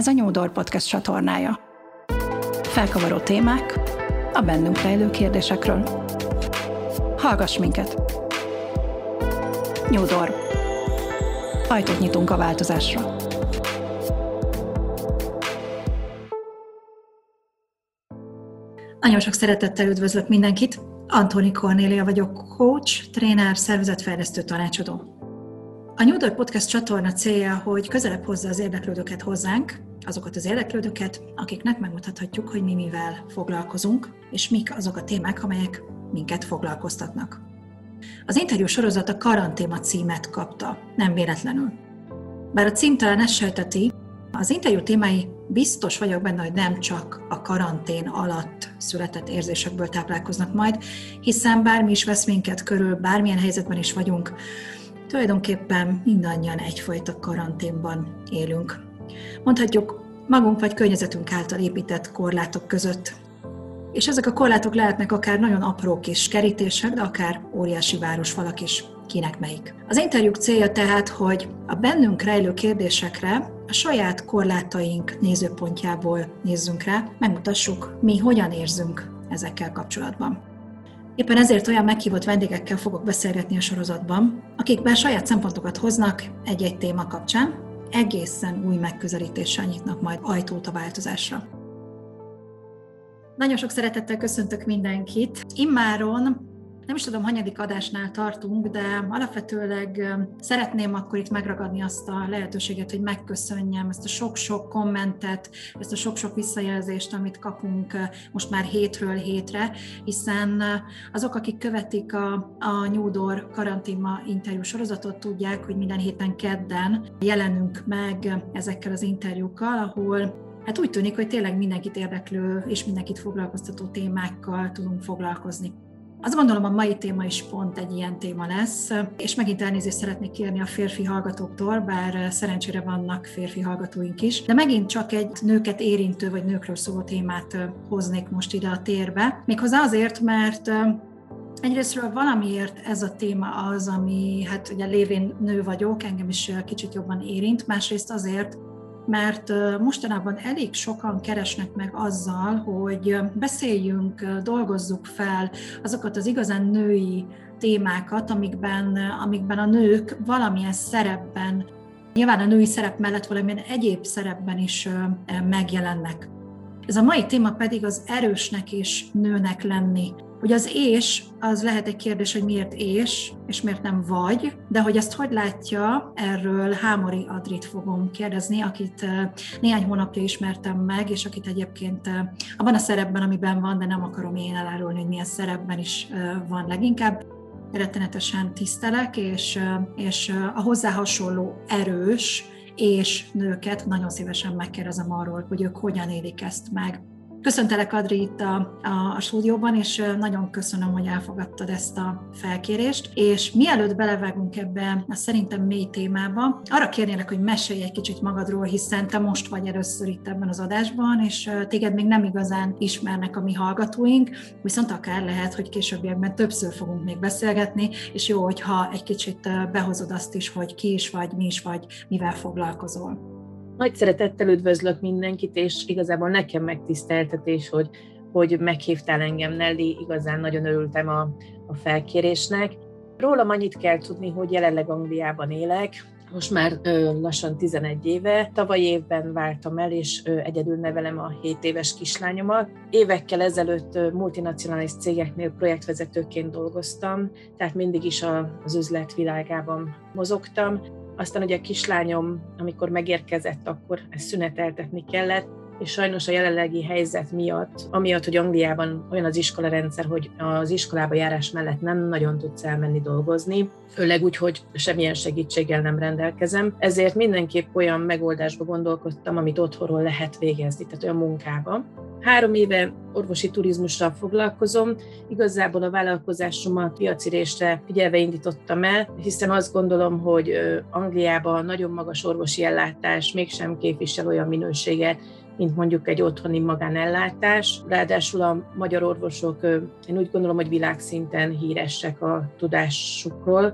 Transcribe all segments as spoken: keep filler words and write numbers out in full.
Ez a New Door Podcast csatornája. Felkavaró témák a bennünk rejlő kérdésekről. Hallgass minket! New Door. Ajtót nyitunk a változásra. Nagyon sok szeretettel üdvözlök mindenkit! Antoni Kornélia vagyok, coach, tréner, szervezetfejlesztő tanácsadó. A New Door Podcast csatorna célja, hogy közelebb hozza az érdeklődőket hozzánk, azokat az érdeklődőket, akiknek megmutathatjuk, hogy mi mivel foglalkozunk, és mik azok a témák, amelyek minket foglalkoztatnak. Az interjú sorozat a Karantéma címet kapta, nem véletlenül. Bár a cím talán ezt sejteti, az interjú témái biztos vagyok benne, hogy nem csak a karantén alatt született érzésekből táplálkoznak majd, hiszen bármi is vesz minket körül, bármilyen helyzetben is vagyunk, tulajdonképpen mindannyian egyfajta karanténban élünk. Mondhatjuk, magunk vagy környezetünk által épített korlátok között. És ezek a korlátok lehetnek akár nagyon apró kis kerítések, de akár óriási városfalak is, kinek melyik. Az interjúk célja tehát, hogy a bennünk rejlő kérdésekre a saját korlátaink nézőpontjából nézzünk rá, megmutassuk, mi hogyan érzünk ezekkel kapcsolatban. Éppen ezért olyan meghívott vendégekkel fogok beszélgetni a sorozatban, akik bár saját szempontokat hoznak egy-egy téma kapcsán, egészen új megközelítéssel nyitnak majd ajtót a változásra. Nagyon sok szeretettel köszöntök mindenkit. Immáron nem is tudom, hanyadik adásnál tartunk, de alapvetőleg szeretném akkor itt megragadni azt a lehetőséget, hogy megköszönjem ezt a sok-sok kommentet, ezt a sok-sok visszajelzést, amit kapunk most már hétről hétre, hiszen azok, akik követik a, a New Door Karantéma interjú sorozatot, tudják, hogy minden héten kedden jelenünk meg ezekkel az interjúkkal, ahol hát úgy tűnik, hogy tényleg mindenkit érdeklő és mindenkit foglalkoztató témákkal tudunk foglalkozni. Azt gondolom, a mai téma is pont egy ilyen téma lesz, és megint elnézést szeretnék kérni a férfi hallgatóktól, bár szerencsére vannak férfi hallgatóink is, de megint csak egy nőket érintő vagy nőkről szóló témát hoznék most ide a térbe. Méghozzá azért, mert egyrésztről valamiért ez a téma az, ami, hát ugye lévén nő vagyok, engem is kicsit jobban érint, másrészt azért, mert mostanában elég sokan keresnek meg azzal, hogy beszéljünk, dolgozzuk fel azokat az igazán női témákat, amikben, amikben a nők valamilyen szerepben, nyilván a női szerep mellett valamilyen egyéb szerepben is megjelennek. Ez a mai téma pedig az erősnek és nőnek lenni. Ugye az és, az lehet egy kérdés, hogy miért és, és miért nem vagy, de hogy ezt hogy látja, erről Hámori Adrit fogom kérdezni, akit néhány hónapja ismertem meg, és akit egyébként abban a szerepben, amiben van, de nem akarom én elárulni, hogy milyen szerepben is van leginkább. Rettenetesen tisztelek, és, és a hozzá hasonló erős és nőket nagyon szívesen megkérdezem arról, hogy ők hogyan élik ezt meg. Köszöntelek, Adri, itt a, a, a stúdióban, és nagyon köszönöm, hogy elfogadtad ezt a felkérést. És mielőtt belevágunk ebbe a szerintem mély témába, arra kérnélek, hogy mesélj egy kicsit magadról, hiszen te most vagy először itt ebben az adásban, és téged még nem igazán ismernek a mi hallgatóink, viszont akár lehet, hogy későbbiekben többször fogunk még beszélgetni, és jó, hogyha egy kicsit behozod azt is, hogy ki is vagy, mi is vagy, mivel foglalkozol. Nagy szeretettel üdvözlök mindenkit, és igazából nekem megtiszteltetés, hogy, hogy meghívtál engem, Nelly, igazán nagyon örültem a, a felkérésnek. Rólam annyit kell tudni, hogy jelenleg Angliában élek, most már ö, lassan tizenegy éve. Tavaly évben váltam el, és ö, egyedül nevelem a hét éves kislányomat. Évekkel ezelőtt ö, multinacionális cégeknél projektvezetőként dolgoztam, tehát mindig is a, az üzlet világában mozogtam. Aztán ugye a kislányom, amikor megérkezett, akkor ezt szüneteltetni kellett, és sajnos a jelenlegi helyzet miatt, amiatt, hogy Angliában olyan az iskolarendszer, hogy az iskolába járás mellett nem nagyon tudsz elmenni dolgozni, főleg úgy, hogy semmilyen segítséggel nem rendelkezem, ezért mindenképp olyan megoldásba gondolkodtam, amit otthonról lehet végezni, tehát olyan munkába. Három éve orvosi turizmussal foglalkozom, igazából a vállalkozásomat piacirésre figyelve indítottam el, hiszen azt gondolom, hogy Angliában nagyon magas orvosi ellátás mégsem képvisel olyan minőséget, mint mondjuk egy otthoni magánellátás. Ráadásul a magyar orvosok, én úgy gondolom, hogy világszinten híresek a tudásukról,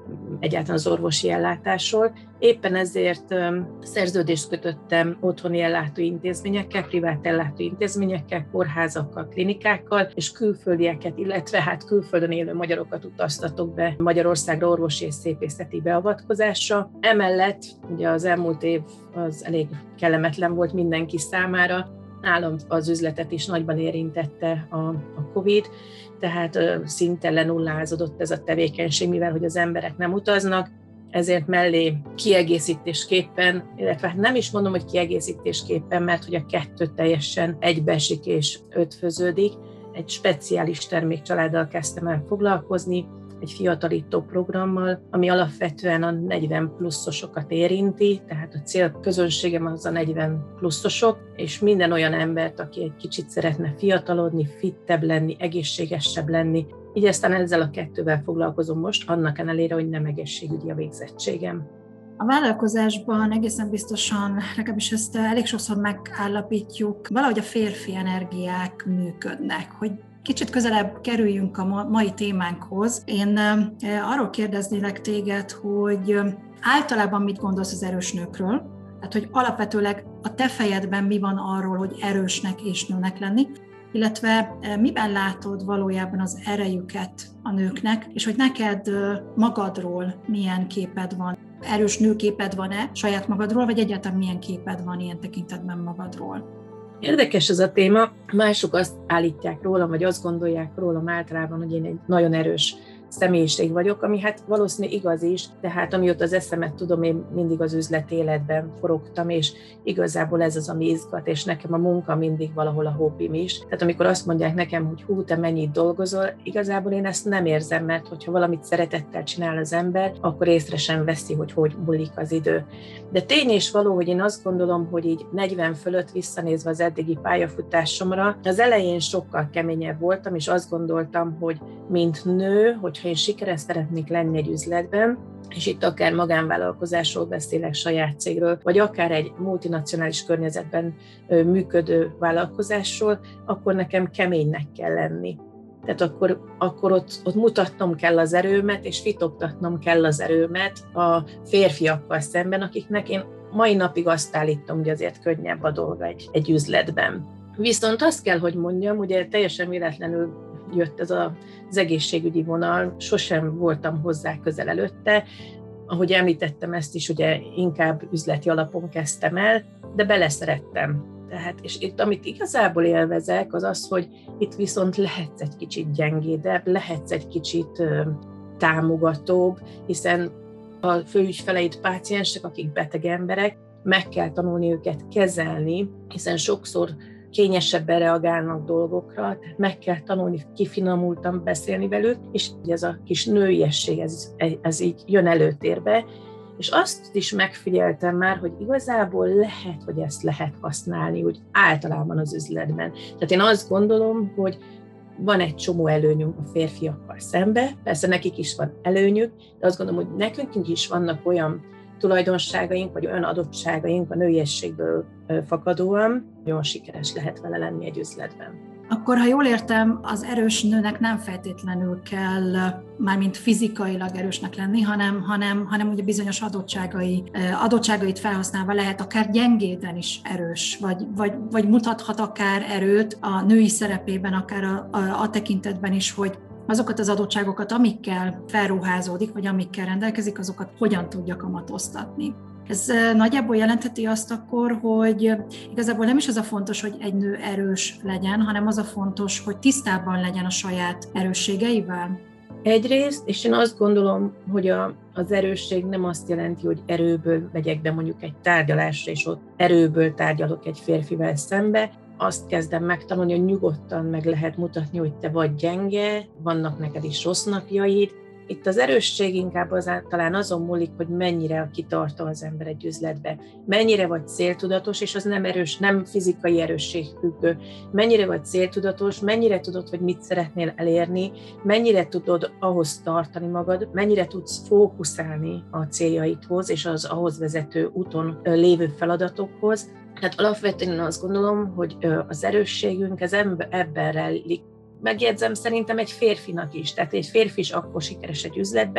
egyáltalán az orvosi ellátásról. Éppen ezért szerződést kötöttem otthoni ellátóintézményekkel, privát ellátóintézményekkel, kórházakkal, klinikákkal, és külföldieket, illetve hát külföldön élő magyarokat utaztatok be Magyarországra orvosi és szépészeti beavatkozásra. Emellett ugye az elmúlt év az elég kellemetlen volt mindenki számára. Nálam az üzletet is nagyban érintette a, a Covid, tehát ö, szinte lenullázódott ez a tevékenység, mivel hogy az emberek nem utaznak, ezért mellé kiegészítésképpen, illetve nem is mondom, hogy kiegészítésképpen, mert hogy a kettő teljesen egybeesik és ötvöződik. Egy speciális termékcsaláddal kezdtem el foglalkozni, egy fiatalító programmal, ami alapvetően a negyven pluszosokat érinti, tehát a célközönségem az a negyven pluszosok, és minden olyan embert, aki egy kicsit szeretne fiatalodni, fittebb lenni, egészségesebb lenni. Így aztán ezzel a kettővel foglalkozom most, annak ellenére, hogy nem egészségügyi a végzettségem. A vállalkozásban egészen biztosan, legalábbis ezt elég sokszor megállapítjuk, valahogy a férfi energiák működnek, hogy kicsit közelebb kerüljünk a mai témánkhoz. Én arról kérdeznélek téged, hogy általában mit gondolsz az erős nőkről? Tehát, hogy alapvetőleg a te fejedben mi van arról, hogy erősnek és nőnek lenni, illetve miben látod valójában az erejüket a nőknek, és hogy neked magadról milyen képed van? Erős nőképed van-e saját magadról, vagy egyáltalán milyen képed van ilyen tekintetben magadról? Érdekes ez a téma. Mások azt állítják rólam, vagy azt gondolják rólam általában, hogy én egy nagyon erős személyiség vagyok, ami hát valószínűleg igaz is, tehát amióta az eszemet tudom, én mindig az üzleti életben forogtam, és igazából ez az, ami izgat, és nekem a munka mindig valahol a hobbim is. Tehát amikor azt mondják nekem, hogy hú, te mennyit dolgozol, igazából én ezt nem érzem, mert hogyha valamit szeretettel csinál az ember, akkor észre sem veszi, hogy hogy múlik az idő. De tény és való, hogy én azt gondolom, hogy így negyven fölött visszanézve az eddigi pályafutásomra, az elején sokkal keményebb voltam, és azt gondoltam, hogy mint nő, hogyha én sikeres szeretnék lenni egy üzletben, és itt akár magánvállalkozásról beszélek, saját cégről, vagy akár egy multinacionális környezetben működő vállalkozásról, akkor nekem keménynek kell lenni. Tehát akkor, akkor ott, ott mutatnom kell az erőmet, és fitoktatnom kell az erőmet a férfiakkal szemben, akiknek én mai napig azt állítom, hogy azért könnyebb a dolga egy, egy üzletben. Viszont azt kell, hogy mondjam, ugye teljesen véletlenül jött ez a, az egészségügyi vonal, sosem voltam hozzá közel előtte. Ahogy említettem ezt is, ugye inkább üzleti alapon kezdtem el, de beleszerettem. Tehát, és itt, amit igazából élvezek, az az, hogy itt viszont lehetsz egy kicsit gyengédebb, lehetsz egy kicsit ö, támogatóbb, hiszen a főügyfeleid páciensek, akik beteg emberek, meg kell tanulni őket kezelni, hiszen sokszor kényesebben reagálnak dolgokra, tehát meg kell tanulni kifinomultan beszélni velük, és ez a kis nőiesség, ez, ez így jön előtérbe, és azt is megfigyeltem már, hogy igazából lehet, hogy ezt lehet használni úgy általában az üzletben. Tehát én azt gondolom, hogy van egy csomó előnyünk a férfiakkal szembe, persze nekik is van előnyük, de azt gondolom, hogy nekünk is vannak olyan tulajdonságaink, vagy olyan adottságaink a nőiességből fakadóan, nagyon sikeres lehet vele lenni egy üzletben. Akkor, ha jól értem, az erős nőnek nem feltétlenül kell mármint fizikailag erősnek lenni, hanem, hanem, hanem ugye bizonyos adottságai, adottságait felhasználva lehet akár gyengéden is erős, vagy, vagy, vagy mutathat akár erőt a női szerepében, akár a, a, a tekintetben is, hogy azokat az adottságokat, amikkel felruházódik, vagy amikkel rendelkezik, azokat hogyan tudja kamatoztatni. Ez nagyjából jelentheti azt akkor, hogy igazából nem is az a fontos, hogy egy nő erős legyen, hanem az a fontos, hogy tisztában legyen a saját erősségeivel. Egyrészt, és én azt gondolom, hogy a, az erősség nem azt jelenti, hogy erőből megyek be mondjuk egy tárgyalásra, és ott erőből tárgyalok egy férfivel szembe. Azt kezdem megtanulni, hogy nyugodtan meg lehet mutatni, hogy te vagy gyenge, vannak neked is rossz napjaid. Itt az erősség inkább az, talán azon múlik, hogy mennyire kitartó az ember egy üzletbe, mennyire vagy céltudatos, és az nem erős, nem fizikai erősség függő, mennyire vagy céltudatos, mennyire tudod, hogy mit szeretnél elérni, mennyire tudod ahhoz tartani magad, mennyire tudsz fókuszálni a céljaidhoz és az ahhoz vezető úton lévő feladatokhoz. Tehát alapvetően én azt gondolom, hogy az erősségünk ez ebben rejlik. Megjegyzem, szerintem egy férfinak is, tehát egy férfi is akkor sikeres egy üzletben,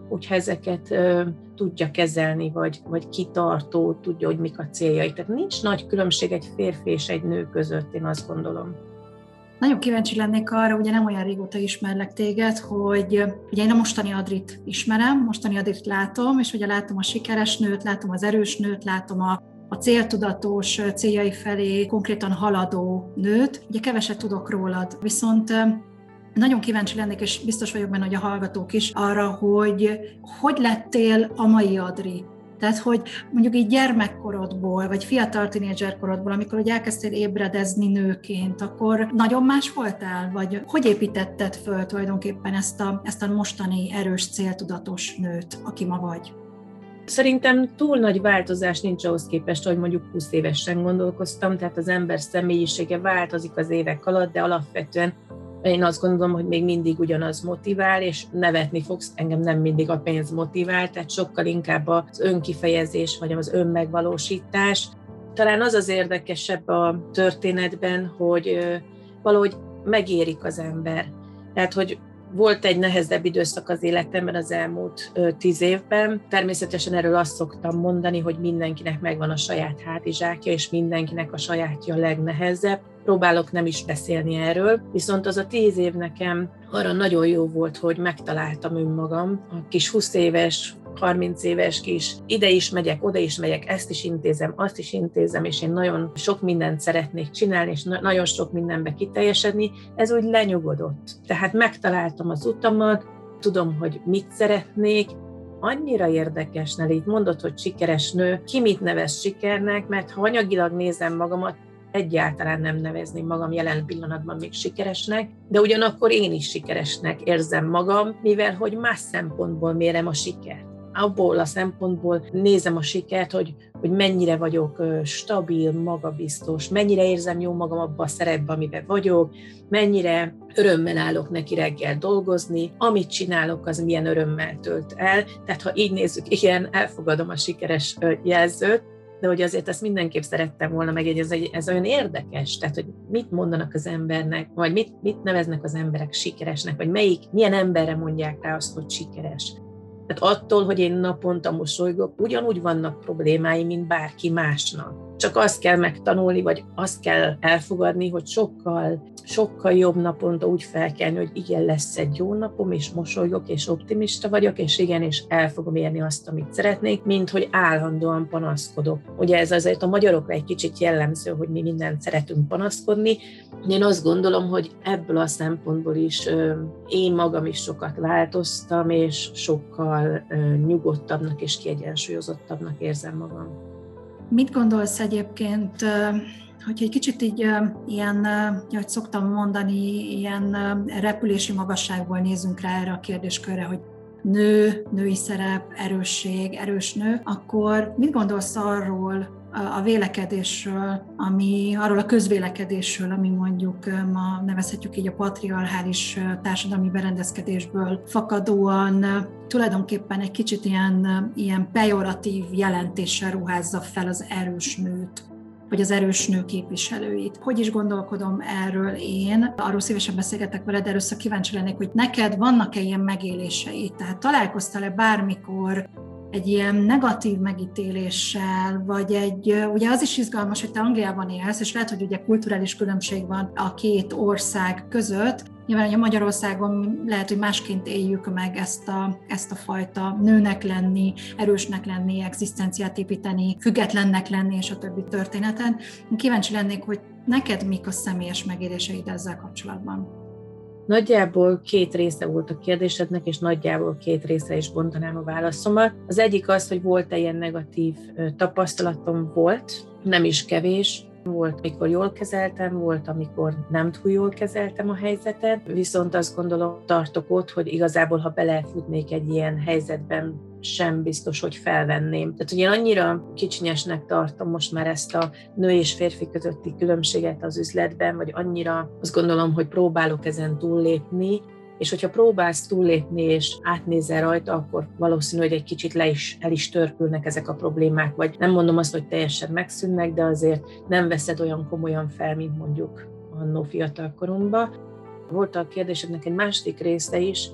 hogyha ezeket ö, tudja kezelni, vagy, vagy kitartó, tudja, hogy mik a céljai. Tehát nincs nagy különbség egy férfi és egy nő között, én azt gondolom. Nagyon kíváncsi lennék arra, ugye nem olyan régóta ismerlek téged, hogy ugye én a mostani Adrit ismerem, mostani Adrit látom, és ugye látom a sikeres nőt, látom az erős nőt, látom a, a céltudatos, céljai felé konkrétan haladó nőt. Ugye keveset tudok rólad, viszont nagyon kíváncsi lennék, és biztos vagyok benne, hogy a hallgatók is, arra, hogy hogy lettél a mai Adri. Tehát, hogy mondjuk így gyermekkorodból, vagy fiatal tínédzserkorodból, amikor hogy elkezdtél ébredezni nőként, akkor nagyon más voltál? Vagy hogy építetted föl tulajdonképpen ezt a, ezt a mostani erős, céltudatos nőt, aki ma vagy? Szerintem túl nagy változás nincs ahhoz képest, hogy mondjuk húsz évesen gondolkoztam, tehát az ember személyisége változik az évek alatt, de alapvetően én azt gondolom, hogy még mindig ugyanaz motivál, és nevetni fogsz, engem nem mindig a pénz motivál, tehát sokkal inkább az önkifejezés, vagy az önmegvalósítás. Talán az az érdekesebb a történetben, hogy valahogy megérik az ember. Tehát, hogy volt egy nehezebb időszak az életemben az elmúlt tíz évben. Természetesen erről azt szoktam mondani, hogy mindenkinek megvan a saját hátizsákja, és mindenkinek a sajátja a legnehezebb. Próbálok nem is beszélni erről, viszont az a tíz év nekem arra nagyon jó volt, hogy megtaláltam önmagam. A kis húsz éves, harminc éves kis, ide is megyek, oda is megyek, ezt is intézem, azt is intézem, és én nagyon sok mindent szeretnék csinálni, és nagyon sok mindenbe kiteljesedni, ez úgy lenyugodott. Tehát megtaláltam az utamat, tudom, hogy mit szeretnék, annyira érdekes, Neli, itt mondod, hogy sikeres nő, ki mit nevez sikernek, mert ha anyagilag nézem magamat, egyáltalán nem nevezném magam jelen pillanatban még sikeresnek, de ugyanakkor én is sikeresnek érzem magam, mivel hogy más szempontból mérem a sikert. Abból a szempontból nézem a sikert, hogy, hogy mennyire vagyok stabil, magabiztos, mennyire érzem jó magam abban a szerepben, amiben vagyok, mennyire örömmel állok neki reggel dolgozni, amit csinálok, az milyen örömmel tölt el. Tehát ha így nézzük, igen, elfogadom a sikeres jelzőt, de hogy azért ezt mindenképp szerettem volna megjegyezni, ez, ez olyan érdekes, tehát hogy mit mondanak az embernek, vagy mit, mit neveznek az emberek sikeresnek, vagy melyik, milyen emberre mondják rá azt, hogy sikeres. Tehát attól, hogy én naponta mosolygok, ugyanúgy vannak problémái, mint bárki másnak. Csak azt kell megtanulni, vagy azt kell elfogadni, hogy sokkal, sokkal jobb naponta úgy felkelni, hogy igen, lesz egy jó napom, és mosolygok, és optimista vagyok, és igen, és el fogom érni azt, amit szeretnék, mint hogy állandóan panaszkodok. Ugye ez azért a magyarokra egy kicsit jellemző, hogy mi mindent szeretünk panaszkodni. Én azt gondolom, hogy ebből a szempontból is én magam is sokat változtam, és sokkal nyugodtabbnak és kiegyensúlyozottabbnak érzem magam. Mit gondolsz egyébként, hogy egy kicsit így ilyen, ahogy szoktam mondani, ilyen repülési magasságból nézzünk rá erre a kérdéskörre, hogy nő, női szerep, erősség, erős nő, akkor mit gondolsz arról a vélekedésről, ami, arról a közvélekedésről, ami mondjuk ma nevezhetjük így a patriarchális társadalmi berendezkedésből fakadóan tulajdonképpen egy kicsit ilyen, ilyen pejoratív jelentéssel ruházza fel az erős nőt, vagy az erős nő képviselőit. Hogy is gondolkodom erről én? Arról szívesen beszélgetek veled, de először kíváncsi lennék, hogy neked vannak-e ilyen megéléseid? Tehát találkoztál-e bármikor egy ilyen negatív megítéléssel, vagy egy, ugye az is izgalmas, hogy te Angliában élsz, és lehet, hogy ugye kulturális különbség van a két ország között. Nyilván, hogy a Magyarországon lehet, hogy másként éljük meg ezt a, ezt a fajta nőnek lenni, erősnek lenni, egzisztenciát építeni, függetlennek lenni, és a többi történeten. Kíváncsi lennék, hogy neked mik a személyes megéléseid ezzel kapcsolatban? Nagyjából két része volt a kérdésednek, és nagyjából két része is bontanám a válaszomat. Az egyik az, hogy volt-e ilyen negatív tapasztalatom, volt, nem is kevés. Volt, amikor jól kezeltem, volt, amikor nem túl jól kezeltem a helyzetet, viszont azt gondolom, tartok ott, hogy igazából, ha belefutnék egy ilyen helyzetben, sem biztos, hogy felvenném. Tehát, hogy én annyira kicsinyesnek tartom most már ezt a nő és férfi közötti különbséget az üzletben, vagy annyira azt gondolom, hogy próbálok ezen túllépni, és hogyha próbálsz túllépni és átnézel rajta, akkor valószínű, hogy egy kicsit le is, el is törpülnek ezek a problémák, vagy nem mondom azt, hogy teljesen megszűnnek, de azért nem veszed olyan komolyan fel, mint mondjuk annó fiatal koromban. Volt a kérdésednek egy másik része is,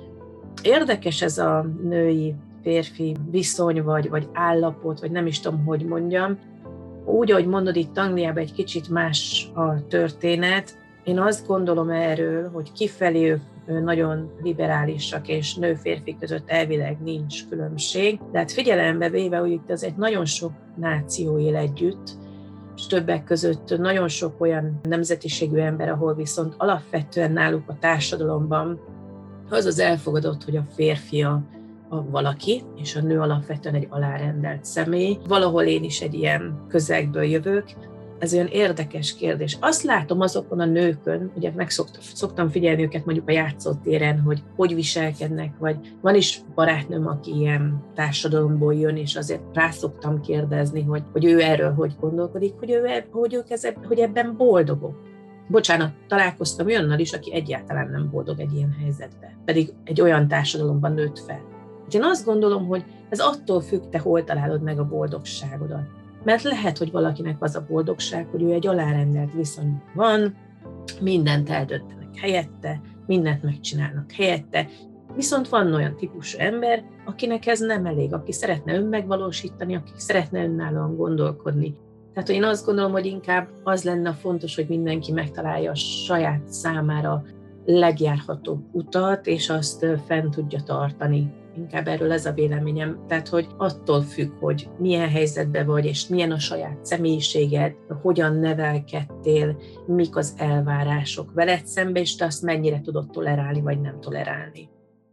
Érdekes ez a női-férfi viszony, vagy, vagy állapot, vagy nem is tudom, hogy mondjam. Úgy, ahogy mondod, itt Angliában egy kicsit más a történet. Én azt gondolom erről, hogy kifelé ők nagyon liberálisak, és nő-férfi között elvileg nincs különbség. De hát figyelembe véve, hogy itt azért nagyon sok náció él együtt, és többek között nagyon sok olyan nemzetiségű ember, ahol viszont alapvetően náluk a társadalomban az az elfogadott, hogy a férfi a, a valaki, és a nő alapvetően egy alárendelt személy. Valahol én is egy ilyen közegből jövök. Ez olyan érdekes kérdés. Azt látom azokon a nőkön, ugye meg szoktam, szoktam figyelni őket mondjuk a játszótéren, hogy hogy viselkednek, vagy van is barátnőm, aki ilyen társadalomból jön, és azért rá szoktam kérdezni, hogy, hogy ő erről hogy gondolkodik, hogy, ő, hogy ők ez, hogy ebben boldogok. Bocsánat, találkoztam olyannal is, aki egyáltalán nem boldog egy ilyen helyzetben, pedig egy olyan társadalomban nőtt fel. Én azt gondolom, hogy ez attól függ, te hol találod meg a boldogságodat. Mert lehet, hogy valakinek az a boldogság, hogy ő egy alárendelt viszonyban van, mindent eldöntenek helyette, mindent megcsinálnak helyette, viszont van olyan típusú ember, akinek ez nem elég, aki szeretne önmegvalósítani, aki szeretne önállóan gondolkodni. Tehát én azt gondolom, hogy inkább az lenne fontos, hogy mindenki megtalálja a saját számára legjárhatóbb utat, és azt fenn tudja tartani. Inkább erről ez a véleményem. Tehát, hogy attól függ, hogy milyen helyzetben vagy, és milyen a saját személyiséged, hogyan nevelkedtél, mik az elvárások veled szembe, és te azt mennyire tudod tolerálni, vagy nem tolerálni.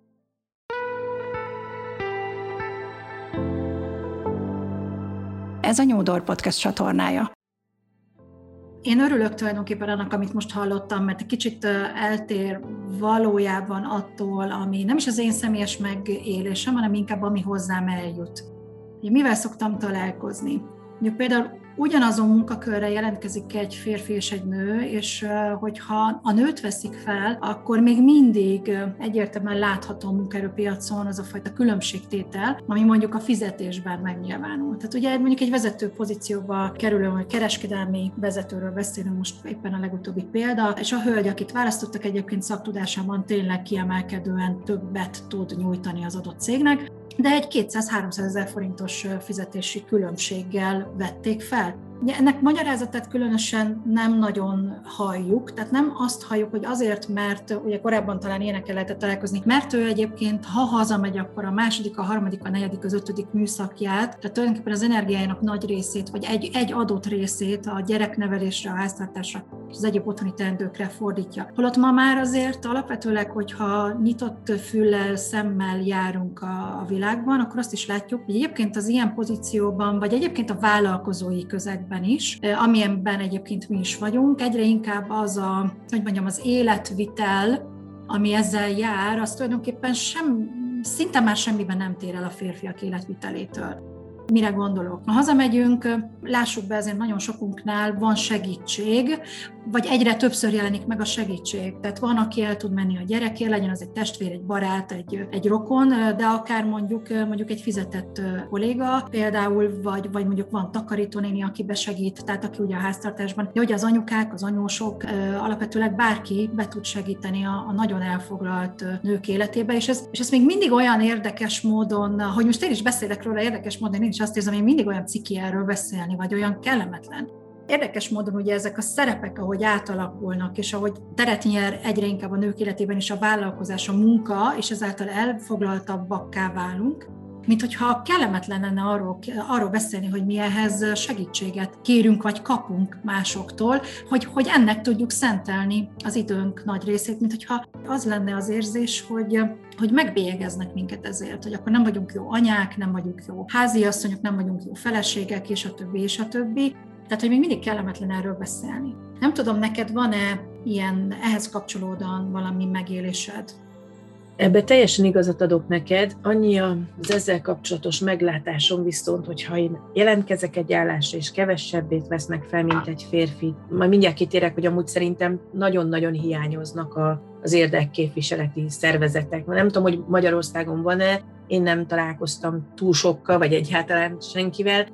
Ez a New Door Podcast csatornája. Én örülök tulajdonképpen annak, amit most hallottam, mert egy kicsit eltér valójában attól, ami nem is az én személyes megélésem, hanem inkább ami hozzám eljut. Mivel szoktam találkozni? Mondjuk például ugyanazon munkakörre jelentkezik egy férfi és egy nő, és hogyha a nőt veszik fel, akkor még mindig egyértelműen látható a munkaerőpiacon az a fajta különbségtétel, ami mondjuk a fizetésben megnyilvánul. Tehát ugye mondjuk egy vezető pozícióba kerülő, vagy kereskedelmi vezetőről beszélünk, most éppen a legutóbbi példa, és a hölgy, akit választottak, egyébként szaktudásában tényleg kiemelkedően többet tud nyújtani az adott cégnek, de egy kétszáz-háromszázezer forintos fizetési különbséggel vették fel. Ugye ennek magyarázatát különösen nem nagyon halljuk, tehát nem azt halljuk, hogy azért, mert ugye korábban talán ilyenekkel lehetett találkozni, mert ő egyébként, ha hazamegy, akkor a második, a harmadik, a negyedik, az ötödik műszakját, tehát tulajdonképpen az energiájának nagy részét, vagy egy, egy adott részét a gyereknevelésre, a háztartásra és az egyéb otthoni teendőkre fordítja. Holott ma már azért alapvetőleg, hogyha nyitott füllel, szemmel járunk a, a világban, akkor azt is látjuk, hogy egyébként az ilyen pozícióban, vagy egyébként a vállalkozói közegben is, amilyenben egyébként mi is vagyunk, egyre inkább az a, hogy mondjam, az életvitel, ami ezzel jár, az tulajdonképpen sem, szinte már semmiben nem tér el a férfiak életvitelétől. Mire gondolok? Ha hazamegyünk, lássuk be, azért nagyon sokunknál van segítség, vagy egyre többször jelenik meg a segítség. Tehát van, aki el tud menni a gyerekért, legyen az egy testvér, egy barát, egy, egy rokon, de akár mondjuk, mondjuk egy fizetett kolléga például, vagy, vagy mondjuk van takarítónéni, aki besegít, tehát aki ugye a háztartásban, de ugye az anyukák, az anyósok, alapvetőleg bárki be tud segíteni a, a nagyon elfoglalt nők életébe, és ez, és ez még mindig olyan érdekes módon, hogy most én is beszélek róla, érdekes módon, én is azt érzem, hogy mindig olyan ciki erről beszélni, vagy olyan kellemetlen. Érdekes módon ugye ezek a szerepek, ahogy átalakulnak, és ahogy teret nyer egyre inkább a nők életében is a vállalkozás, a munka, és ezáltal elfoglaltabbakká válunk, mint hogyha kellemetlen lenne arról, arról beszélni, hogy mi ehhez segítséget kérünk, vagy kapunk másoktól, hogy, hogy ennek tudjuk szentelni az időnk nagy részét, mint hogyha az lenne az érzés, hogy, hogy megbélyegeznek minket ezért, hogy akkor nem vagyunk jó anyák, nem vagyunk jó háziasszonyok, nem vagyunk jó feleségek, és a többi, és a többi. Tehát, hogy még mindig kellemetlen erről beszélni. Nem tudom, neked van-e ilyen, ehhez kapcsolódóan valami megélésed? Ebbe teljesen igazat adok neked. Annyi az ezzel kapcsolatos meglátásom viszont, hogyha én jelentkezek egy állásra, és kevesebbét vesznek fel, mint egy férfi. Majd mindjárt kitérek, hogy amúgy szerintem nagyon-nagyon hiányoznak a, az érdekképviseleti szervezetek. Nem tudom, hogy Magyarországon van-e, én nem találkoztam túl sokkal, vagy egyáltalán senkivel.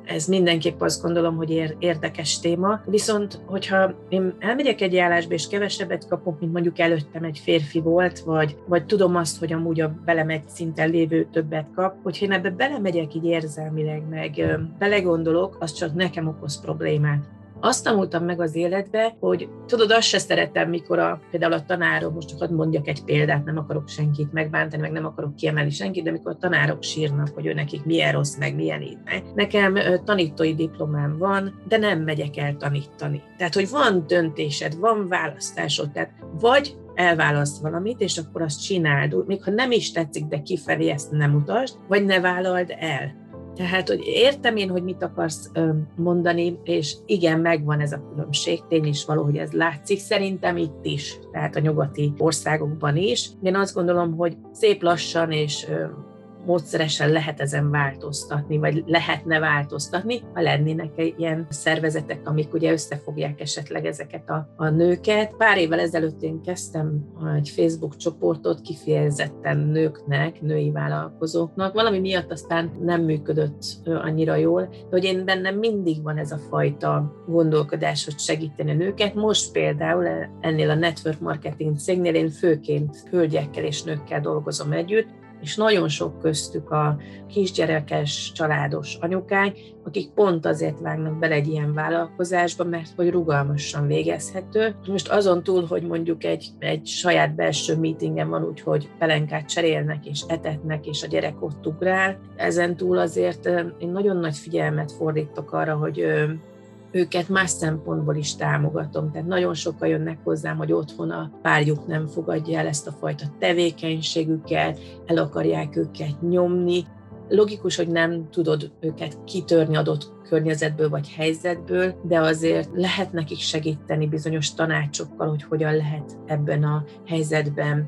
ez mindenképp azt gondolom, hogy érdekes téma. Viszont, hogyha én elmegyek egy állásba, és kevesebbet kapok, mint mondjuk előttem egy férfi volt, vagy, vagy tudom azt, hogy amúgy a velem egy szinten lévő többet kap, hogyha én ebbe belemegyek így érzelmileg, meg belegondolok, az csak nekem okoz problémát. Azt tanultam meg az életbe, hogy tudod, azt se szeretem, mikor a, például a tanárok, most csak hadd mondjak egy példát, nem akarok senkit megbántani, meg nem akarok kiemelni senkit, de mikor a tanárok sírnak, hogy ő nekik milyen rossz, meg milyen így. Nekem tanítói diplomám van, de nem megyek el tanítani. Tehát, hogy van döntésed, van választásod, tehát vagy elválaszt valamit, és akkor azt csináld, még ha nem is tetszik, de kifelé ezt nem utasd, vagy ne vállald el. Tehát, hogy értem én, hogy mit akarsz mondani, és igen, megvan ez a különbség, tény is valahogy ez látszik, szerintem itt is, tehát a nyugati országokban is. Én azt gondolom, hogy szép lassan és módszeresen lehet ezen változtatni, vagy lehetne változtatni, ha lennének ilyen szervezetek, amik ugye összefogják esetleg ezeket a, a nőket. Pár évvel ezelőtt én kezdtem egy Facebook csoportot kifejezetten nőknek, női vállalkozóknak. Valami miatt aztán nem működött annyira jól, de hogy én bennem mindig van ez a fajta gondolkodás, hogy segíteni a nőket. Most például ennél a network marketing cégnél én főként hölgyekkel és nőkkel dolgozom együtt, és nagyon sok köztük a kisgyerekes, családos anyukák, akik pont azért vágnak bele egy ilyen vállalkozásba, mert hogy rugalmasan végezhető. Most azon túl, hogy mondjuk egy, egy saját belső meetingen van úgy, hogy pelenkát cserélnek és etetnek, és a gyerek ott ugrál, ezen túl azért én nagyon nagy figyelmet fordítok arra, hogy őket más szempontból is támogatom. Tehát nagyon sokan jönnek hozzám, hogy otthon a párjuk nem fogadja el ezt a fajta tevékenységüket, el akarják őket nyomni. Logikus, hogy nem tudod őket kitörni adott környezetből vagy helyzetből, de azért lehet nekik segíteni bizonyos tanácsokkal, hogy hogyan lehet ebben a helyzetben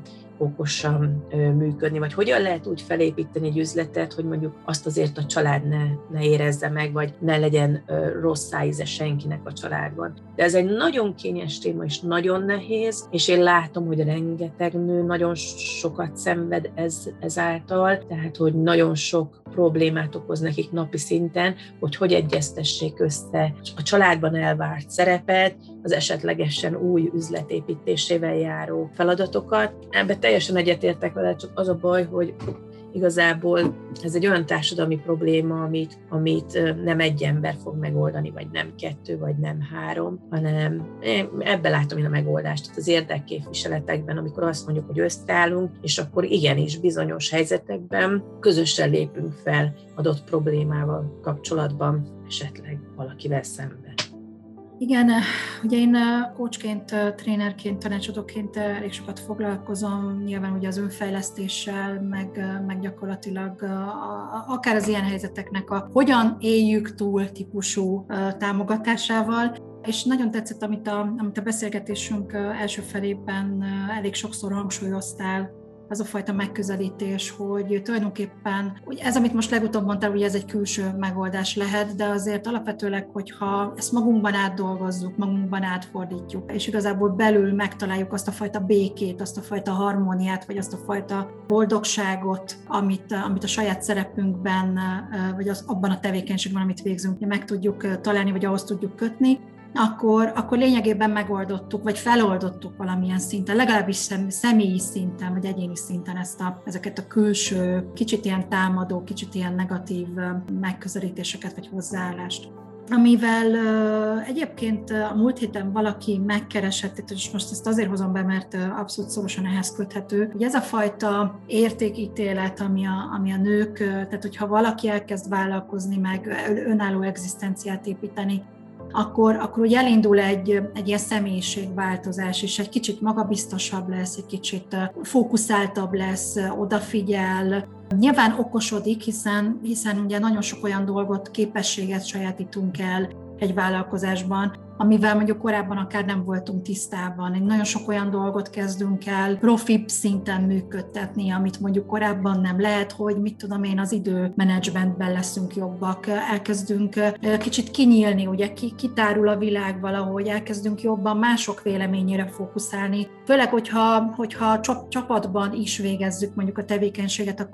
okosan működni, vagy hogyan lehet úgy felépíteni egy üzletet, hogy mondjuk azt azért a család ne, ne érezze meg, vagy ne legyen rossz íze senkinek a családban. De ez egy nagyon kényes téma, és nagyon nehéz, és én látom, hogy rengeteg nő nagyon sokat szenved ez, ezáltal, tehát, hogy nagyon sok problémát okoz nekik napi szinten, hogy hogy egyeztessék össze a családban elvárt szerepet, az esetlegesen új üzletépítésével járó feladatokat. Ebben teljesen egyetértek vele, csak az a baj, hogy igazából ez egy olyan társadalmi probléma, amit, amit nem egy ember fog megoldani, vagy nem kettő, vagy nem három, hanem ebben látom én a megoldást, tehát az érdekképviseletekben, amikor azt mondjuk, hogy összeállunk, és akkor igenis bizonyos helyzetekben közösen lépünk fel adott problémával kapcsolatban, esetleg valakivel szemben. Igen, ugye én coachként, trénerként, tanácsadóként elég sokat foglalkozom, nyilván ugye az önfejlesztéssel, meg, meg gyakorlatilag akár az ilyen helyzeteknek a hogyan éljük túl típusú támogatásával. És nagyon tetszett, amit a, amit a beszélgetésünk első felében elég sokszor hangsúlyoztál, az a fajta megközelítés, hogy tulajdonképpen, hogy ez, amit most legutóbb mondtál, ugye ez egy külső megoldás lehet, de azért alapvetőleg, hogyha ezt magunkban átdolgozzuk, magunkban átfordítjuk, és igazából belül megtaláljuk azt a fajta békét, azt a fajta harmóniát, vagy azt a fajta boldogságot, amit, amit a saját szerepünkben, vagy az, abban a tevékenységben, amit végzünk, meg tudjuk találni, vagy ahhoz tudjuk kötni, Akkor, akkor lényegében megoldottuk, vagy feloldottuk valamilyen szinten, legalábbis szem, személyi szinten, vagy egyéni szinten ezt a, ezeket a külső, kicsit ilyen támadó, kicsit ilyen negatív megközelítéseket, vagy hozzáállást. Amivel uh, egyébként a múlt héten valaki megkeresett, és most ezt azért hozom be, mert abszolút szorosan ehhez köthető, hogy ez a fajta értékítélet, ami a, ami a nők, tehát hogyha valaki elkezd vállalkozni, meg önálló egzisztenciát építeni, akkor, akkor úgy elindul egy, egy ilyen személyiségváltozás, és egy kicsit magabiztosabb lesz, egy kicsit fókuszáltabb lesz, odafigyel. Nyilván okosodik, hiszen, hiszen ugye nagyon sok olyan dolgot, képességet sajátítunk el egy vállalkozásban, amivel mondjuk korábban akár nem voltunk tisztában. Nagyon sok olyan dolgot kezdünk el profibb szinten működtetni, amit mondjuk korábban nem lehet, hogy mit tudom én, az időmenedzsmentben leszünk jobbak, elkezdünk kicsit kinyílni, ugye kitárul a világ valahogy, elkezdünk jobban mások véleményére fókuszálni. Főleg, hogyha, hogyha csapatban is végezzük mondjuk a tevékenységet, akkor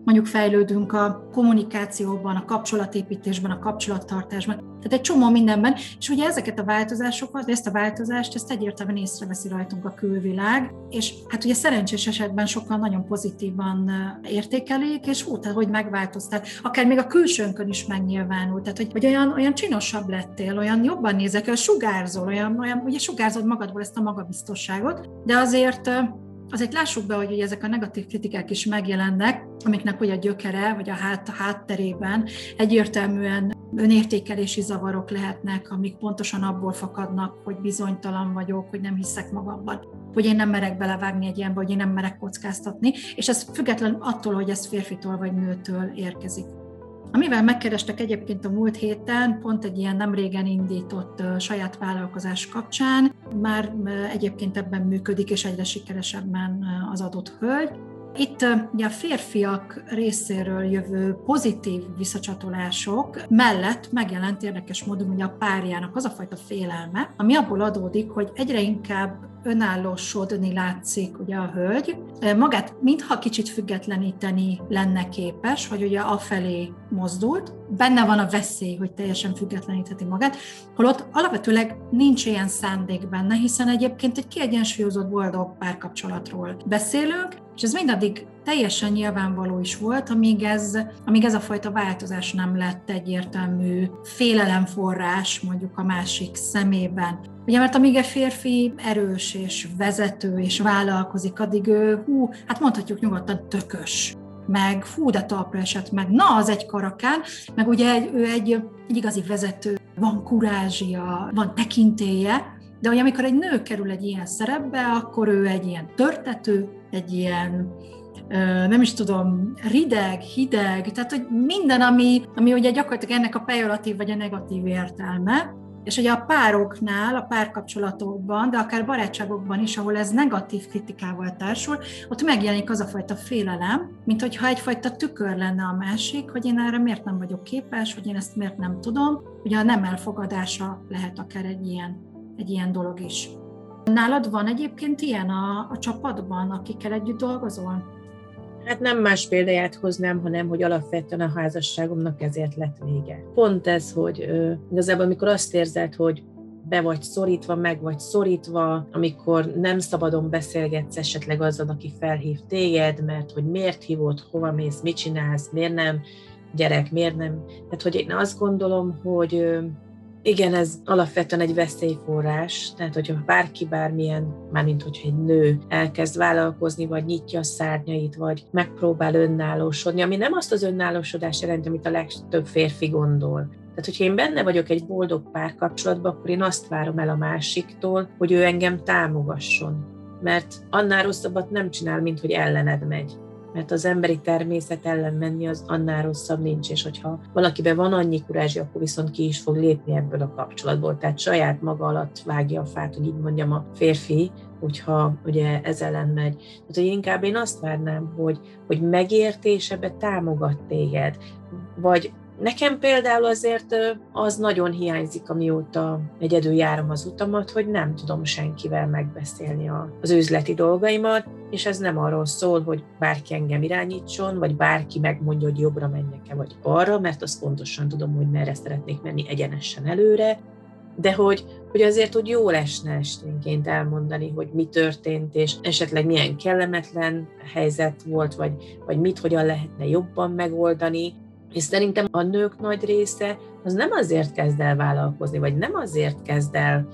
mondjuk fejlődünk a kommunikációban, a kapcsolatépítésben, a kapcsolattartásban, tehát egy csomó mindenben, és ugye ezeket a változásokat, ezt a változást, ezt egyértelműen észreveszi rajtunk a külvilág, és hát ugye szerencsés esetben sokan nagyon pozitívan értékelik, és úgy, hogy megváltoztál, akár még a külsőnkön is megnyilvánul, tehát hogy, hogy olyan, olyan csinosabb lettél, olyan jobban nézek, olyan sugárzol, olyan, olyan, ugye sugárzod magadból ezt a magabiztosságot, de azért Azért lássuk be, hogy ugye ezek a negatív kritikák is megjelennek, amiknek ugye a gyökere, vagy a hát, hátterében egyértelműen önértékelési zavarok lehetnek, amik pontosan abból fakadnak, hogy bizonytalan vagyok, hogy nem hiszek magamban, hogy én nem merek belevágni egy ilyenbe, hogy én nem merek kockáztatni, és ez független attól, hogy ez férfitől vagy nőtől érkezik. Amivel megkerestek egyébként a múlt héten, pont egy ilyen nem régen indított uh, saját vállalkozás kapcsán, már uh, egyébként ebben működik, és egyre sikeresebben uh, az adott hölgy. Itt uh, ugye a férfiak részéről jövő pozitív visszacsatolások mellett megjelent érdekes módon ugye a párjának az a fajta félelme, ami abból adódik, hogy egyre inkább önállósodni látszik ugye a hölgy, magát mintha kicsit függetleníteni lenne képes, hogy ugye afelé mozdult, benne van a veszély, hogy teljesen függetlenítheti magát, holott alapvetőleg nincs ilyen szándék benne, hiszen egyébként egy kiegyensúlyozott boldog párkapcsolatról beszélünk, és ez mindaddig teljesen nyilvánvaló is volt, amíg ez, amíg ez a fajta változás nem lett egyértelmű félelemforrás mondjuk a másik szemében. Ugye, mert amíg egy férfi erős és vezető és vállalkozik, addig ő, hú, hát mondhatjuk nyugodtan tökös, meg hú, de talpra esett meg, na, az egy karakán, meg ugye ő egy, egy igazi vezető, van kurázsia, van tekintélye, de ugye amikor egy nő kerül egy ilyen szerepbe, akkor ő egy ilyen törtető, egy ilyen, nem is tudom, rideg, hideg, tehát hogy minden, ami, ami ugye gyakorlatilag ennek a pejoratív vagy a negatív értelme, és ugye a pároknál, a párkapcsolatokban, de akár barátságokban is, ahol ez negatív kritikával társul, ott megjelenik az a fajta félelem, mint hogyha egyfajta tükör lenne a másik, hogy én erre miért nem vagyok képes, hogy én ezt miért nem tudom. Ugye a nem elfogadása lehet akár egy ilyen, egy ilyen dolog is. Nálad van egyébként ilyen a, a csapatban, akikkel együtt dolgozol? Hát nem más példáját hoznám, hanem hogy alapvetően a házasságomnak ezért lett vége. Pont ez, hogy ö, igazából amikor azt érzed, hogy be vagy szorítva, meg vagy szorítva, amikor nem szabadon beszélgetsz esetleg azzal, aki felhív téged, mert hogy miért hívod, hova mész, mit csinálsz, miért nem, gyerek, miért nem. Tehát, hogy én azt gondolom, hogy ö, igen, ez alapvetően egy veszélyforrás, tehát hogyha bárki bármilyen, mármint hogyha egy nő elkezd vállalkozni, vagy nyitja a szárnyait, vagy megpróbál önállósodni, ami nem azt az önállósodás jelenti, amit a legtöbb férfi gondol. Tehát, hogyha én benne vagyok egy boldog párkapcsolatban, akkor én azt várom el a másiktól, hogy ő engem támogasson. Mert annál rosszabbat nem csinál, mint hogy ellened megy. Mert az emberi természet ellen menni az annál rosszabb nincs, és hogyha valakiben van annyi kurázsia, akkor viszont ki is fog lépni ebből a kapcsolatból. Tehát saját maga alatt vágja a fát, hogy így mondjam, a férfi, hogyha ugye ez ellen megy. Tehát, hogy inkább én azt várnám, hogy, hogy megértésebe támogat téged, vagy nekem például azért az nagyon hiányzik, amióta egyedül járom az utamat, hogy nem tudom senkivel megbeszélni az üzleti dolgaimat, és ez nem arról szól, hogy bárki engem irányítson, vagy bárki megmondja, hogy jobbra menjek-e, vagy balra, mert azt pontosan tudom, hogy merre szeretnék menni egyenesen előre, de hogy, hogy azért úgy jól esne esténként elmondani, hogy mi történt, és esetleg milyen kellemetlen helyzet volt, vagy, vagy mit, hogyan lehetne jobban megoldani. És szerintem a nők nagy része az nem azért kezd el vállalkozni, vagy nem azért kezd el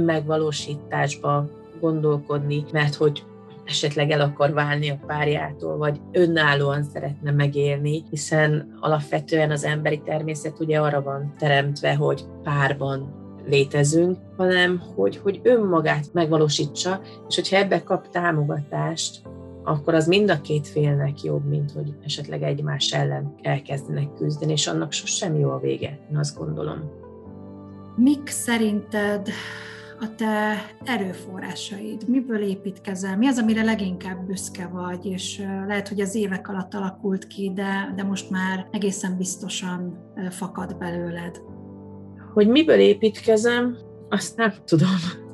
önmegvalósításba gondolkodni, mert hogy esetleg el akar válni a párjától, vagy önállóan szeretne megélni, hiszen alapvetően az emberi természet ugye arra van teremtve, hogy párban létezünk, hanem hogy, hogy önmagát megvalósítsa, és hogyha ebbe kap támogatást, akkor az mind a két félnek jobb, mint hogy esetleg egymás ellen elkezdenek küzdeni, és annak sosem jó a vége, én azt gondolom. Mik szerinted a te erőforrásaid? Miből építkezel? Mi az, amire leginkább büszke vagy, és lehet, hogy az évek alatt alakult ki, de, de most már egészen biztosan fakad belőled? Hogy miből építkezem, azt nem tudom.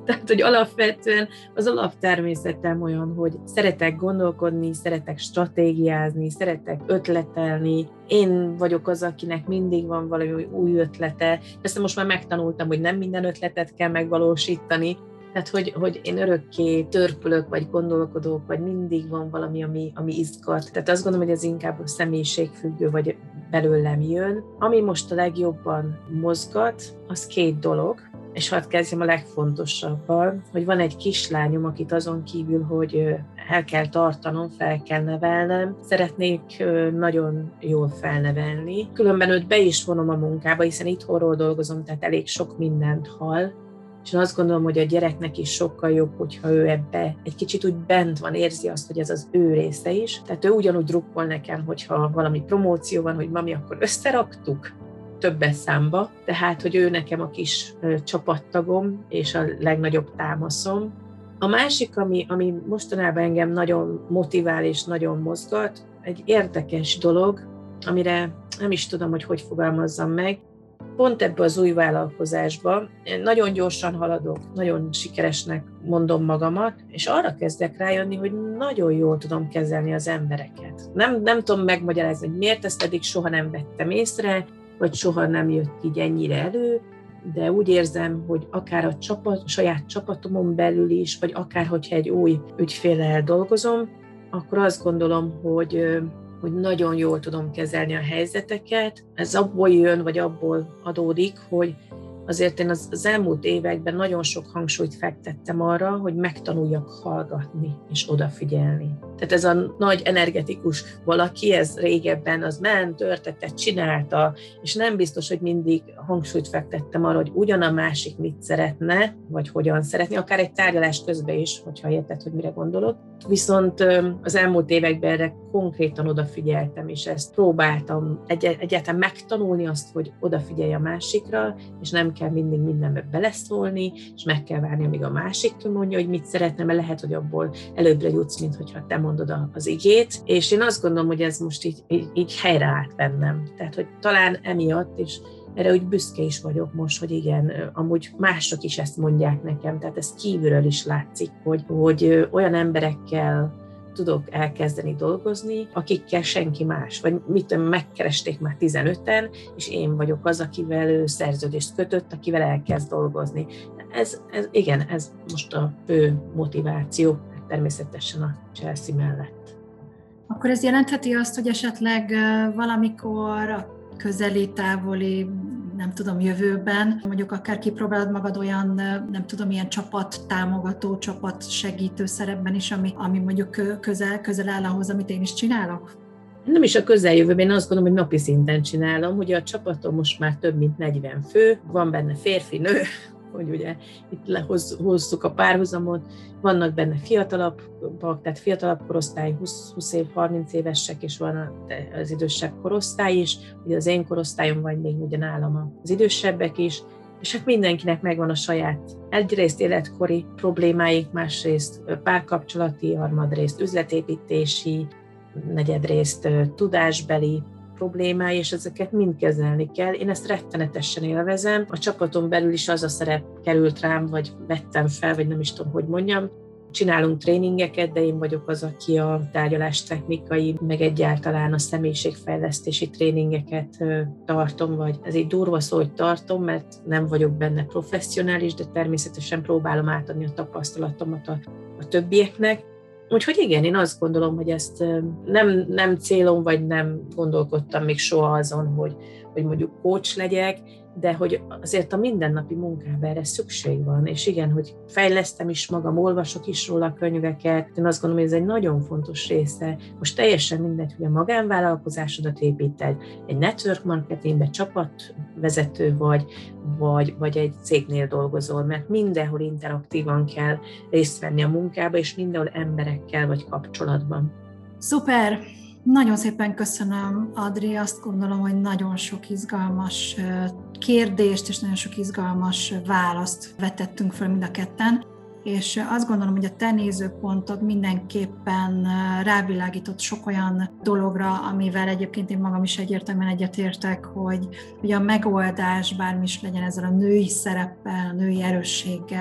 Tehát, hogy alapvetően az alaptermészetem olyan, hogy szeretek gondolkodni, szeretek stratégiázni, szeretek ötletelni. Én vagyok az, akinek mindig van valami új ötlete. Persze most már megtanultam, hogy nem minden ötletet kell megvalósítani, tehát, hogy, hogy én örökké törpülök, vagy gondolkodok, vagy mindig van valami, ami, ami izgat. Tehát azt gondolom, hogy ez inkább a személyiségfüggő, vagy belőlem jön. Ami most a legjobban mozgat, az két dolog, és hadd kezdjem a legfontosabbal, hogy van egy kislányom, akit azon kívül, hogy el kell tartanom, fel kell nevelnem, szeretnék nagyon jól felnevelni. Különben őt be is vonom a munkába, hiszen itthonról dolgozom, tehát elég sok mindent hall. És én azt gondolom, hogy a gyereknek is sokkal jobb, hogyha ő ebbe egy kicsit úgy bent van, érzi azt, hogy ez az ő része is. Tehát ő ugyanúgy drukkol nekem, hogyha valami promóció van, hogy mami, akkor összeraktuk többes számba. Tehát, hogy ő nekem a kis csapattagom és a legnagyobb támaszom. A másik, ami, ami mostanában engem nagyon motivál és nagyon mozgat, egy érdekes dolog, amire nem is tudom, hogy hogy fogalmazzam meg. Pont ebbe az új vállalkozásba nagyon gyorsan haladok, nagyon sikeresnek mondom magamat, és arra kezdek rájönni, hogy nagyon jól tudom kezelni az embereket. Nem, nem tudom megmagyarázni, hogy miért, ezt eddig soha nem vettem észre, vagy soha nem jött így ennyire elő, de úgy érzem, hogy akár a csapat, a saját csapatomon belül is, vagy akár, hogyha egy új ügyféllel dolgozom, akkor azt gondolom, hogy hogy nagyon jól tudom kezelni a helyzeteket. Ez abból jön, vagy abból adódik, hogy azért én az, az elmúlt években nagyon sok hangsúlyt fektettem arra, hogy megtanuljak hallgatni és odafigyelni. Tehát ez a nagy energetikus valaki, ez régebben az ment, törtetett, csinálta, és nem biztos, hogy mindig hangsúlyt fektettem arra, hogy ugyan a másik mit szeretne, vagy hogyan szeretné, akár egy tárgyalás közben is, hogyha érted, hogy mire gondolok. Viszont az elmúlt években erre konkrétan odafigyeltem, és ezt próbáltam egy- egyáltalán megtanulni azt, hogy odafigyelj a másikra, és nem kell mindig mindenbe beleszólni, és meg kell várni, amíg a másik mondja, hogy mit szeretne, mert lehet, hogy abból előbbre jutsz, mint hogyha te mondod az igét. És én azt gondolom, hogy ez most így, így, így helyreállt bennem. Tehát, hogy talán emiatt, és erre úgy büszke is vagyok most, hogy igen, amúgy mások is ezt mondják nekem, tehát ez kívülről is látszik, hogy, hogy olyan emberekkel tudok elkezdeni dolgozni, akikkel senki más, vagy mit tudom, megkeresték már tizenöten, és én vagyok az, akivel ő szerződést kötött, akivel elkezd dolgozni. Ez, ez, igen, ez most a fő motiváció, természetesen a Chelsea mellett. Akkor ez jelentheti azt, hogy esetleg valamikor a közeli, távoli, nem tudom, jövőben, mondjuk akár kipróbálod magad olyan, nem tudom, ilyen csapat támogató, csapat segítő szerepben is, ami, ami mondjuk közel, közel áll ahhoz, amit én is csinálok? Nem is a közeljövőben, én azt gondolom, hogy napi szinten csinálom, hogy a csapatom most már több mint negyven fő, van benne férfi, nő, hogy ugye itt lehoztuk a párhuzamot, vannak benne fiatalabbak, tehát fiatalabb korosztály, húsz, húsz év, harminc évesek, és van az idősebb korosztály is, ugye az én korosztályom, vagy még ugyanállom az idősebbek is, és hát mindenkinek megvan a saját egyrészt életkori problémáik, másrészt párkapcsolati, harmadrészt üzletépítési, negyedrészt tudásbeli problémái, és ezeket mind kezelni kell. Én ezt rettenetesen élvezem. A csapaton belül is az a szerep került rám, vagy vettem fel, vagy nem is tudom, hogy mondjam. Csinálunk tréningeket, de én vagyok az, aki a tárgyalástechnikai, meg egyáltalán a személyiségfejlesztési tréningeket tartom, vagy ez egy durva szó, hogy tartom, mert nem vagyok benne professzionális, de természetesen próbálom átadni a tapasztalatomat a, a többieknek. Úgyhogy igen, én azt gondolom, hogy ezt nem, nem célom, vagy nem gondolkodtam még soha azon, hogy, hogy mondjuk coach legyek, de hogy azért a mindennapi munkában erre szükség van, és igen, hogy fejlesztem is magam, olvasok is róla a könyveket, én azt gondolom, hogy ez egy nagyon fontos része. Most teljesen mindegy, hogy a magánvállalkozásodat építed, egy network marketingben csapatvezető vagy, vagy, vagy egy cégnél dolgozol, mert mindenhol interaktívan kell részt venni a munkába, és mindenhol emberekkel vagy kapcsolatban. Szuper! Nagyon szépen köszönöm, Adri, azt gondolom, hogy nagyon sok izgalmas kérdést és nagyon sok izgalmas választ vetettünk föl mind a ketten, és azt gondolom, hogy a te nézőpontod mindenképpen rávilágított sok olyan dologra, amivel egyébként én magam is egyértelműen egyetértek, hogy, hogy a megoldás, bármi is legyen ezzel a női szereppel, a női erősséggel,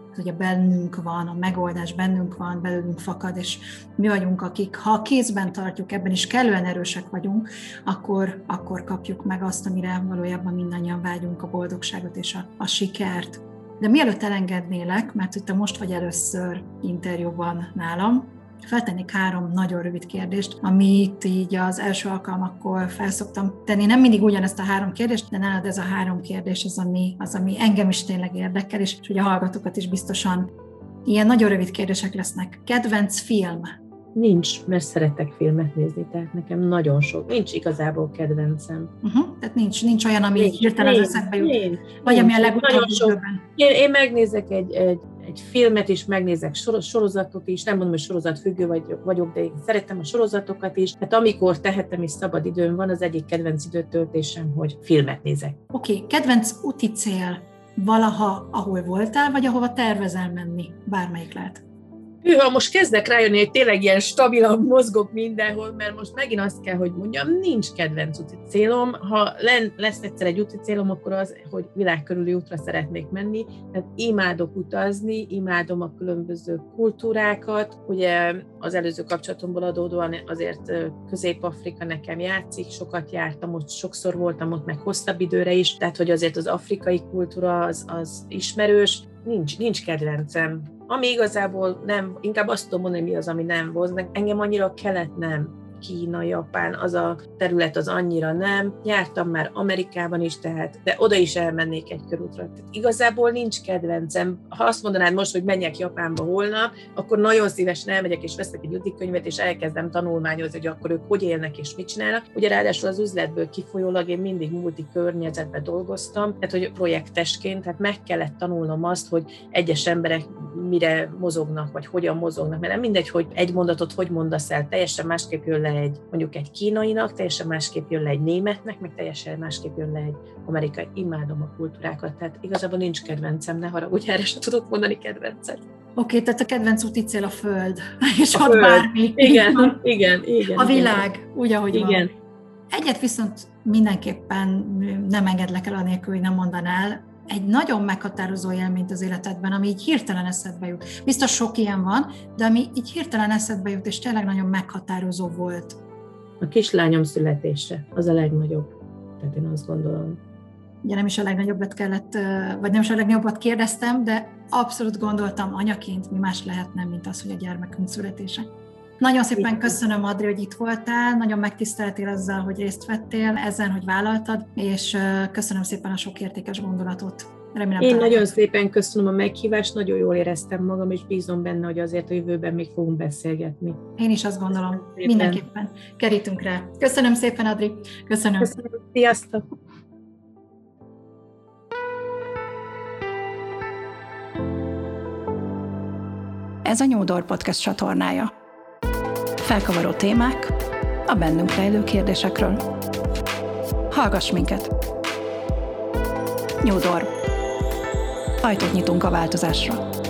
ugye bennünk van, a megoldás bennünk van, belőlünk fakad, és mi vagyunk, akik, ha a kézben tartjuk, ebben is kellően erősek vagyunk, akkor, akkor kapjuk meg azt, amire valójában mindannyian vágyunk, a boldogságot és a, a sikert. De mielőtt elengednélek, mert itt most vagy először interjúban nálam, feltennék három nagyon rövid kérdést, amit így az első alkalmakkor felszoktam tenni. Nem mindig ugyanezt a három kérdést, de nálad ez a három kérdés az, ami, az, ami engem is tényleg érdekel, és ugye a hallgatókat is biztosan ilyen nagyon rövid kérdések lesznek. Kedvenc film? Nincs, mert szeretek filmet nézni, tehát nekem nagyon sok. Nincs igazából kedvencem. Uh-huh, tehát nincs, nincs olyan, ami nincs, hirtelen az eszedbe jut. Nincs, vagy nincs, ami a legutóbb időben. Én, én megnézek egy, egy, egy filmet is, megnézek sorozatot is, nem mondom, hogy sorozatfüggő vagyok, de én szeretem a sorozatokat is. Hát amikor tehetem és szabad időm van, az egyik kedvenc időtöltésem, hogy filmet nézek. Oké, okay. Kedvenc úti cél valaha, ahol voltál, vagy ahova tervezel menni? Bármelyik lehet. Hűha, most kezdek rájönni, hogy tényleg ilyen stabilan mozgok mindenhol, mert most megint azt kell, hogy mondjam, nincs kedvenc úti célom. Ha lesz egyszer egy úti célom, akkor az, hogy világkörüli útra szeretnék menni. Tehát imádok utazni, imádom a különböző kultúrákat. Ugye az előző kapcsolatomból adódóan azért Közép-Afrika nekem játszik, sokat jártam ott, sokszor voltam ott, meg hosszabb időre is, tehát hogy azért az afrikai kultúra az, az ismerős. Nincs, nincs kedvencem. Ami igazából nem, inkább azt tudom mondani, mi az, ami nem volt. Engem annyira a kelet nem. Kína, Japán, az a terület az annyira nem. Jártam már Amerikában is, tehát, de oda is elmennék egy körútra. Tehát igazából nincs kedvencem. Ha azt mondanád most, hogy menjek Japánba holnap, akkor nagyon szívesen elmegyek és veszek egy útikönyvet, és elkezdem tanulmányozni, hogy akkor ők hogy élnek és mit csinálnak. Ugye ráadásul az üzletből kifolyólag én mindig multi környezetben dolgoztam, tehát hogy projektesként, tehát meg kellett tanulnom azt, hogy egyes emberek mire mozognak, vagy hogyan mozognak, mert nem mindegy, hogy egy mondatot hogy mondasz el, teljesen másképp jön le egy, mondjuk egy kínainak, teljesen másképp jön le egy németnek, meg teljesen másképp jön le egy amerikai. Imádom a kultúrákat, tehát igazából nincs kedvencem, ne haragudj, erre sem tudok mondani kedvencet. Oké, okay, tehát a kedvenc úti cél a Föld, és a ott föld. bármi. Igen, igen, igen. A világ, igen. Úgy, ahogy igen. van. Egyet viszont mindenképpen nem engedlek el anélkül, hogy nem mondanál, egy nagyon meghatározó élményt az életedben, ami így hirtelen eszedbe jut. Biztos sok ilyen van, de ami így hirtelen eszedbe jut, és tényleg nagyon meghatározó volt. A kislányom születése, az a legnagyobb. Tehát én azt gondolom. Ugye nem is a legnagyobbat kellett, vagy nem is a legnagyobbat kérdeztem, de abszolút gondoltam anyaként, mi más lehetne, mint az, hogy a gyermekünk születése. Nagyon szépen köszönöm, Adri, hogy itt voltál, nagyon megtiszteltél azzal, hogy részt vettél ezen, hogy vállaltad, és köszönöm szépen a sok értékes gondolatot. Remélem, Én talán... nagyon szépen köszönöm a meghívást, nagyon jól éreztem magam, és bízom benne, hogy azért a jövőben még fogunk beszélgetni. Én is azt gondolom, mindenképpen kerítünk rá. Köszönöm szépen, Adri. Köszönöm. Köszönöm. Sziasztok! Ez a New Door Podcast csatornája. Felkavaró témák a bennünk rejlő kérdésekről. Hallgass minket! New Door. Ajtót nyitunk a változásra.